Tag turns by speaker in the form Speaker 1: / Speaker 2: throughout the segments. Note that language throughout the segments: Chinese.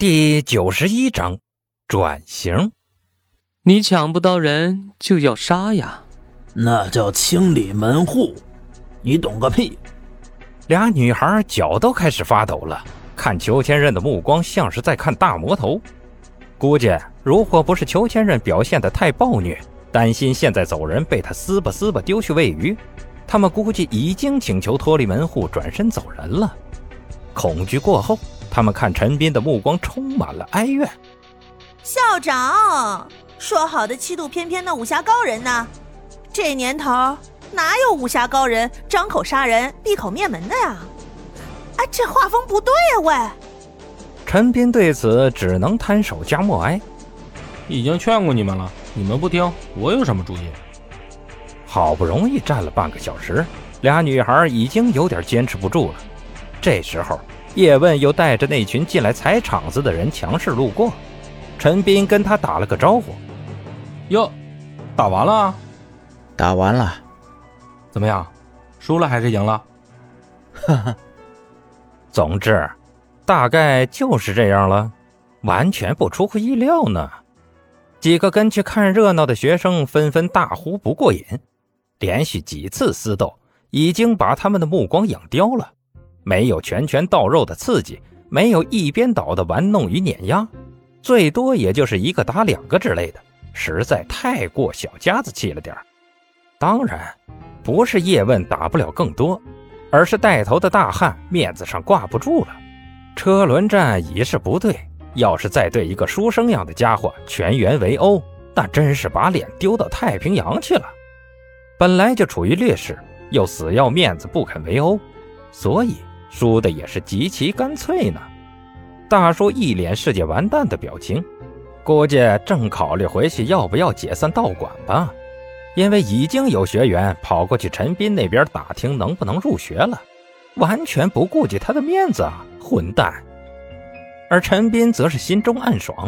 Speaker 1: 第91章转型。
Speaker 2: 你抢不到人就要杀呀，
Speaker 3: 那叫清理门户，你懂个屁。
Speaker 1: 俩女孩脚都开始发抖了，看裘千仞的目光像是在看大魔头。估计如果不是裘千仞表现得太暴虐，担心现在走人被他撕吧丢去喂鱼，他们估计已经请求脱离门户转身走人了。恐惧过后，他们看陈斌的目光充满了哀怨。
Speaker 4: 校长，说好的气度翩翩的武侠高人呢？这年头哪有武侠高人张口杀人闭口灭门的呀？哎，这画风不对呀喂！
Speaker 1: 陈斌对此只能摊手加默哀。
Speaker 5: 已经劝过你们了，你们不听，我有什么主意？
Speaker 1: 好不容易站了半个小时，俩女孩已经有点坚持不住了。这时候叶问又带着那群进来踩场子的人强势路过，陈斌跟他打了个招呼。
Speaker 5: 哟，打完了？
Speaker 6: 打完了。
Speaker 5: 怎么样，输了还是赢了？
Speaker 6: 哈哈。
Speaker 1: 总之大概就是这样了，完全不出乎意料呢。几个跟去看热闹的学生纷纷大呼不过瘾，连续几次厮斗已经把他们的目光养刁了。没有拳拳到肉的刺激，没有一边倒的玩弄与碾压，最多也就是一个打两个之类的，实在太过小家子气了点。当然不是叶问打不了更多，而是带头的大汉面子上挂不住了。车轮战已是不对，要是再对一个书生样的家伙全员围殴，那真是把脸丢到太平洋去了。本来就处于劣势，又死要面子不肯围殴，所以输的也是极其干脆呢。大叔一脸世界完蛋的表情，估计正考虑回去要不要解散道馆吧，因为已经有学员跑过去陈斌那边打听能不能入学了，完全不顾及他的面子啊，混蛋。而陈斌则是心中暗爽，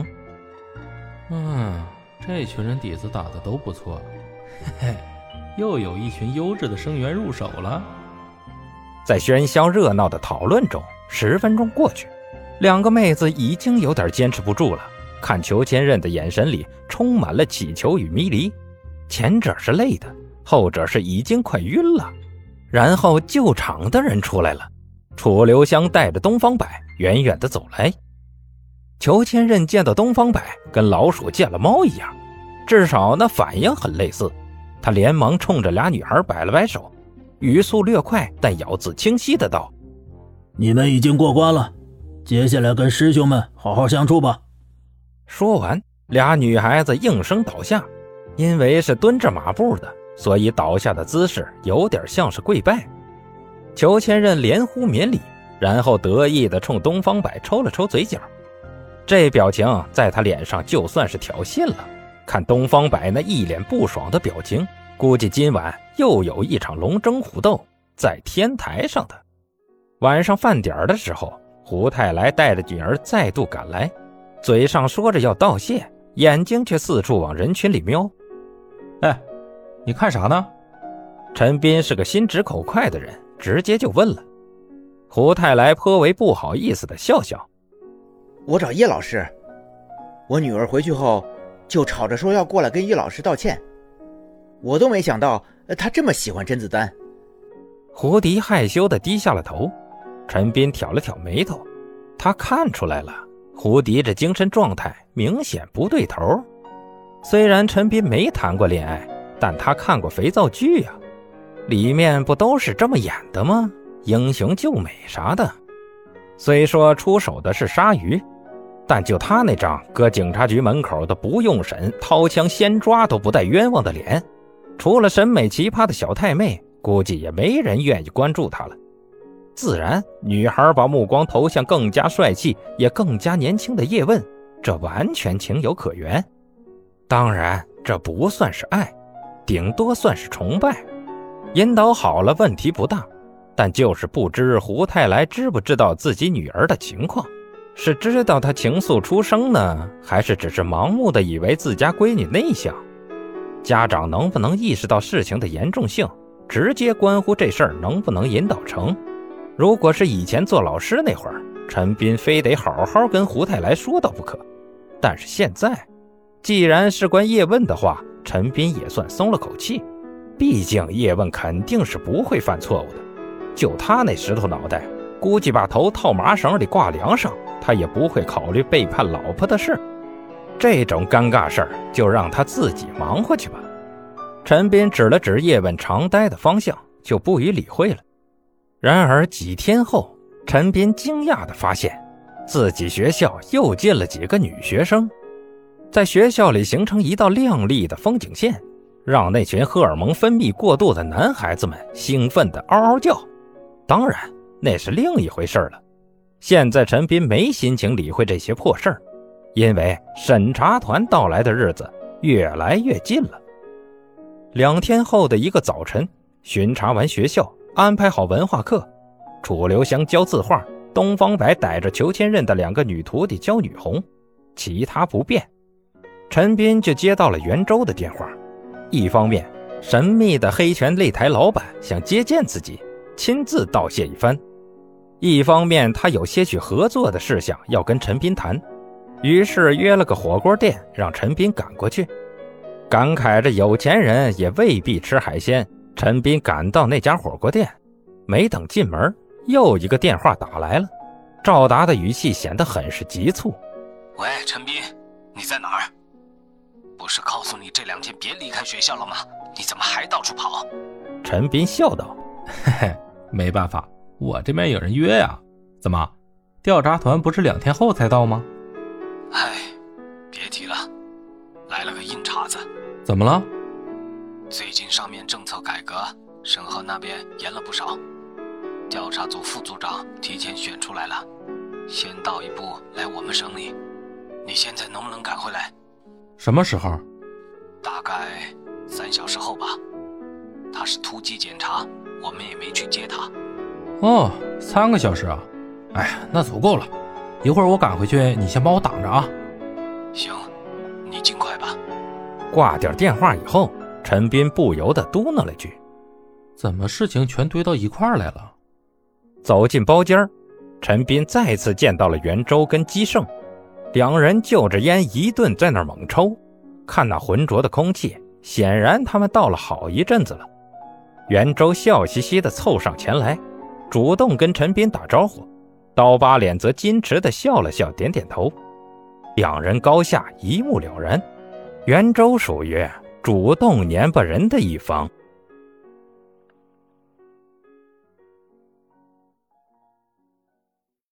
Speaker 5: 这群人底子打得都不错，嘿嘿，又有一群优质的生源入手了。
Speaker 1: 在喧嚣热闹的讨论中，10分钟过去，两个妹子已经有点坚持不住了，看裘千仞的眼神里充满了乞求与迷离，前者是累的，后者是已经快晕了。然后救场的人出来了，楚留香带着东方柏远远地走来。裘千仞见到东方柏跟老鼠见了猫一样，至少那反应很类似，他连忙冲着俩女孩摆了摆手，语速略快但咬字清晰的道：
Speaker 3: 你们已经过关了，接下来跟师兄们好好相处吧。
Speaker 1: 说完，俩女孩子应声倒下，因为是蹲着马步的，所以倒下的姿势有点像是跪拜。裘千仞连呼免礼，然后得意地冲东方柏抽了抽嘴角，这表情在他脸上就算是挑衅了。看东方柏那一脸不爽的表情，估计今晚又有一场龙争虎斗在天台上的。晚上饭点的时候，胡太来带着女儿再度赶来，嘴上说着要道谢，眼睛却四处往人群里瞄。
Speaker 5: 哎，你看啥呢？
Speaker 1: 陈斌是个心直口快的人，直接就问了。胡太来颇为不好意思的笑笑，
Speaker 6: 我找叶老师，我女儿回去后就吵着说要过来跟叶老师道歉，我都没想到她这么喜欢甄子丹。
Speaker 1: 胡迪害羞地低下了头，陈斌挑了挑眉头，他看出来了，胡迪这精神状态明显不对头。虽然陈斌没谈过恋爱，但他看过肥皂剧啊，里面不都是这么演的吗？英雄救美啥的。虽说出手的是鲨鱼，但就他那张搁警察局门口的不用审掏枪先抓都不带冤枉的脸，除了审美奇葩的小太妹，估计也没人愿意关注他了。自然女孩把目光投向更加帅气也更加年轻的叶问，这完全情有可原。当然这不算是爱，顶多算是崇拜，引导好了问题不大，但就是不知胡太来知不知道自己女儿的情况，是知道她情愫初生呢，还是只是盲目的以为自家闺女内向？家长能不能意识到事情的严重性，直接关乎这事儿能不能引导成。如果是以前做老师那会儿， 陈斌非得好好跟胡太来说道不可。但是现在既然事关叶问的话，陈斌也算松了口气，毕竟叶问肯定是不会犯错误的，就他那石头脑袋，估计把头套麻绳里挂梁上，他也不会考虑背叛老婆的事。这种尴尬事儿就让他自己忙活去吧。陈斌指了指叶问常待的方向，就不予理会了。然而几天后，陈斌惊讶地发现自己学校又进了几个女学生，在学校里形成一道亮丽的风景线，让那群荷尔蒙分泌过度的男孩子们兴奋地嗷嗷叫。当然那是另一回事了，现在陈斌没心情理会这些破事儿，因为审查团到来的日子越来越近了。2天后的一个早晨，巡查完学校，安排好文化课，楚留香教字画，东方白带着裘千仞的2个女徒弟教女红，其他不变。陈斌就接到了袁周的电话，一方面神秘的黑泉擂台老板想接见自己，亲自道谢一番，一方面他有些许合作的事项要跟陈斌谈，于是约了个火锅店让陈斌赶过去。感慨着有钱人也未必吃海鲜，陈斌赶到那家火锅店，没等进门，又一个电话打来了。赵达的语气显得很是急促。
Speaker 7: 喂，陈斌，你在哪儿？不是告诉你这2天别离开学校了吗？你怎么还到处跑？
Speaker 1: 陈斌笑道，
Speaker 5: 嘿嘿，没办法，我这边有人约呀。怎么，调查团不是2天后才到吗？
Speaker 7: 唉，别提了，来了个硬茬子。
Speaker 5: 怎么了？
Speaker 7: 最近上面政策改革，审核那边严了不少，调查组副组长提前选出来了，先到一步来我们省里。你现在能不能赶回来？
Speaker 5: 什么时候？
Speaker 7: 大概3小时后吧。他是突击检查，我们也没去接他。
Speaker 5: 哦，3个小时啊。哎呀，那足够了，一会儿我赶回去，你先帮我挡着啊。
Speaker 7: 行，你尽快吧。
Speaker 1: 挂掉电话以后，陈斌不由得嘟囔了句，
Speaker 5: 怎么事情全堆到一块儿来了？
Speaker 1: 走进包间，陈斌再次见到了袁周跟姬胜，2人就着烟一顿在那儿猛抽，看那浑浊的空气，显然他们到了好一阵子了。袁周笑嘻嘻地凑上前来，主动跟陈斌打招呼，刀疤脸则矜持地笑了笑，点点头。2人高下一目了然，袁周属于主动黏巴人的一方。